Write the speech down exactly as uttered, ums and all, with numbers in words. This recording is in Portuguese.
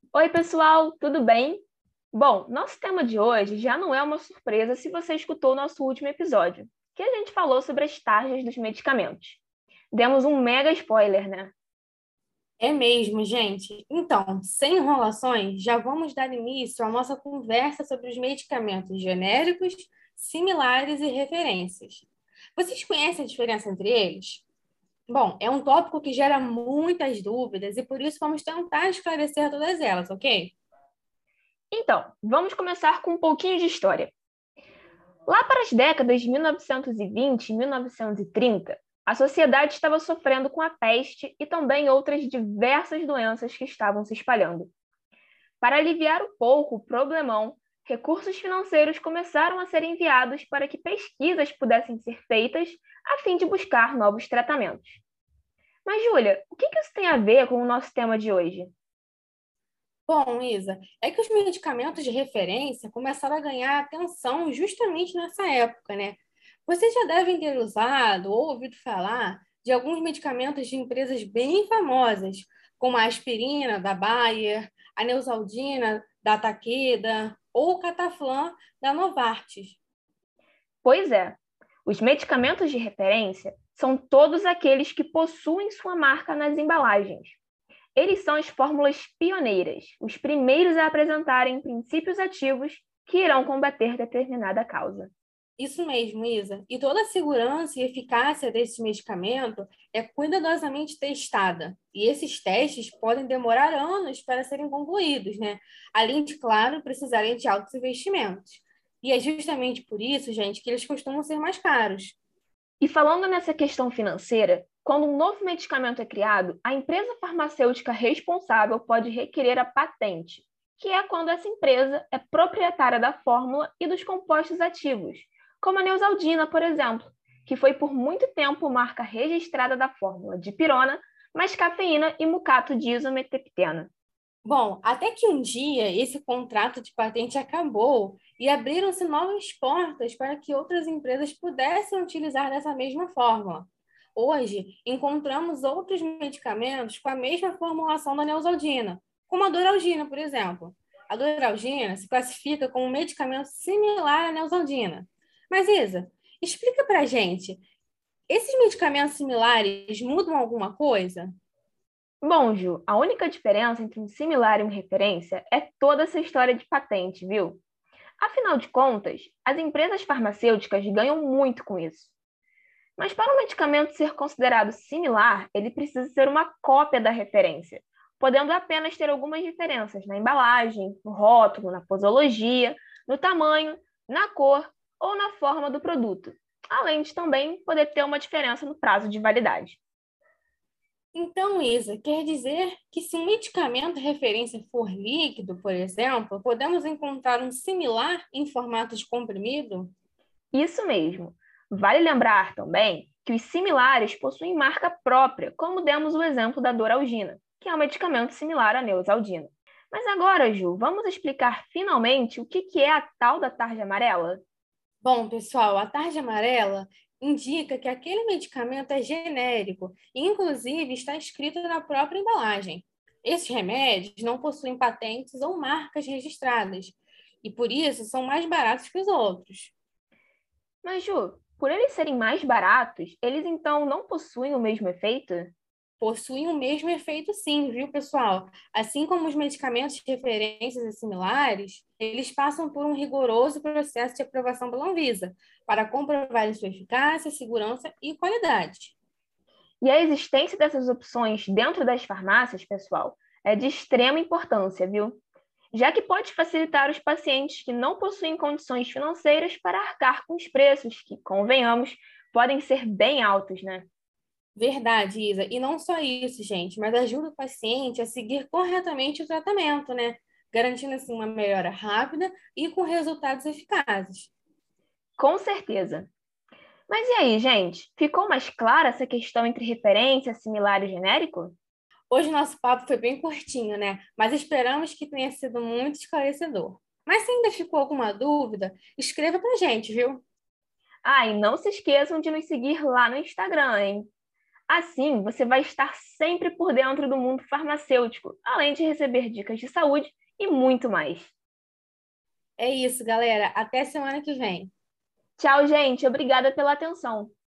Oi, pessoal, tudo bem? Bom, nosso tema de hoje já não é uma surpresa se você escutou o nosso último episódio, que a gente falou sobre as tarjas dos medicamentos. Demos um mega spoiler, né? É mesmo, gente. Então, sem enrolações, já vamos dar início à nossa conversa sobre os medicamentos genéricos, similares e referências. Vocês conhecem a diferença entre eles? Bom, é um tópico que gera muitas dúvidas e por isso vamos tentar esclarecer todas elas, ok? Então, vamos começar com um pouquinho de história. Lá para as décadas de mil novecentos e vinte e mil novecentos e trinta, a sociedade estava sofrendo com a peste e também outras diversas doenças que estavam se espalhando. Para aliviar um pouco o problemão, recursos financeiros começaram a ser enviados para que pesquisas pudessem ser feitas a fim de buscar novos tratamentos. Mas, Júlia, o que isso tem a ver com o nosso tema de hoje? Bom, Isa, é que os medicamentos de referência começaram a ganhar atenção justamente nessa época, né? Vocês já devem ter usado ou ouvido falar de alguns medicamentos de empresas bem famosas, como a aspirina da Bayer, a Neosaldina da Takeda ou o Cataflam da Novartis. Pois é, os medicamentos de referência são todos aqueles que possuem sua marca nas embalagens. Eles são as fórmulas pioneiras, os primeiros a apresentarem princípios ativos que irão combater determinada causa. Isso mesmo, Isa. E toda a segurança e eficácia desse medicamento é cuidadosamente testada. E esses testes podem demorar anos para serem concluídos, né? Além de, claro, precisarem de altos investimentos. E é justamente por isso, gente, que eles costumam ser mais caros. E falando nessa questão financeira, quando um novo medicamento é criado, a empresa farmacêutica responsável pode requerer a patente, que é quando essa empresa é proprietária da fórmula e dos compostos ativos, como a Neosaldina, por exemplo, que foi por muito tempo marca registrada da fórmula de pirona, mais cafeína e mucato de isometeptena. Bom, até que um dia esse contrato de patente acabou e abriram-se novas portas para que outras empresas pudessem utilizar dessa mesma fórmula. Hoje, encontramos outros medicamentos com a mesma formulação da Neosaldina, como a Doralgina, por exemplo. A Doralgina se classifica como um medicamento similar à Neosaldina. Mas, Isa, explica para a gente, esses medicamentos similares mudam alguma coisa? Bom, Ju, a única diferença entre um similar e uma referência é toda essa história de patente, viu? Afinal de contas, as empresas farmacêuticas ganham muito com isso. Mas para um medicamento ser considerado similar, ele precisa ser uma cópia da referência, podendo apenas ter algumas diferenças na embalagem, no rótulo, na posologia, no tamanho, na cor ou na forma do produto, além de também poder ter uma diferença no prazo de validade. Então, Isa, quer dizer que se um medicamento de referência for líquido, por exemplo, podemos encontrar um similar em formato de comprimido? Isso mesmo. Vale lembrar também que os similares possuem marca própria, como demos o exemplo da Doralgina, que é um medicamento similar à Neosaldina. Mas agora, Ju, vamos explicar finalmente o que é a tal da tarja amarela? Bom, pessoal, a tarja amarela indica que aquele medicamento é genérico e, inclusive, está escrito na própria embalagem. Esses remédios não possuem patentes ou marcas registradas e, por isso, são mais baratos que os outros. Mas, Ju, por eles serem mais baratos, eles então não possuem o mesmo efeito? Possuem o mesmo efeito sim, viu, pessoal? Assim como os medicamentos de referências e similares, eles passam por um rigoroso processo de aprovação pela Anvisa para comprovar sua eficácia, segurança e qualidade. E a existência dessas opções dentro das farmácias, pessoal, é de extrema importância, viu? Já que pode facilitar os pacientes que não possuem condições financeiras para arcar com os preços, que, convenhamos, podem ser bem altos, né? Verdade, Isa. E não só isso, gente, mas ajuda o paciente a seguir corretamente o tratamento, né? Garantindo, assim, uma melhora rápida e com resultados eficazes. Com certeza. Mas e aí, gente? Ficou mais clara essa questão entre referência, similar e genérico? Hoje nosso papo foi bem curtinho, né? Mas esperamos que tenha sido muito esclarecedor. Mas se ainda ficou alguma dúvida, escreva pra gente, viu? Ah, e não se esqueçam de nos seguir lá no Instagram, hein? Assim, você vai estar sempre por dentro do mundo farmacêutico, além de receber dicas de saúde e muito mais. É isso, galera. Até semana que vem. Tchau, gente. Obrigada pela atenção.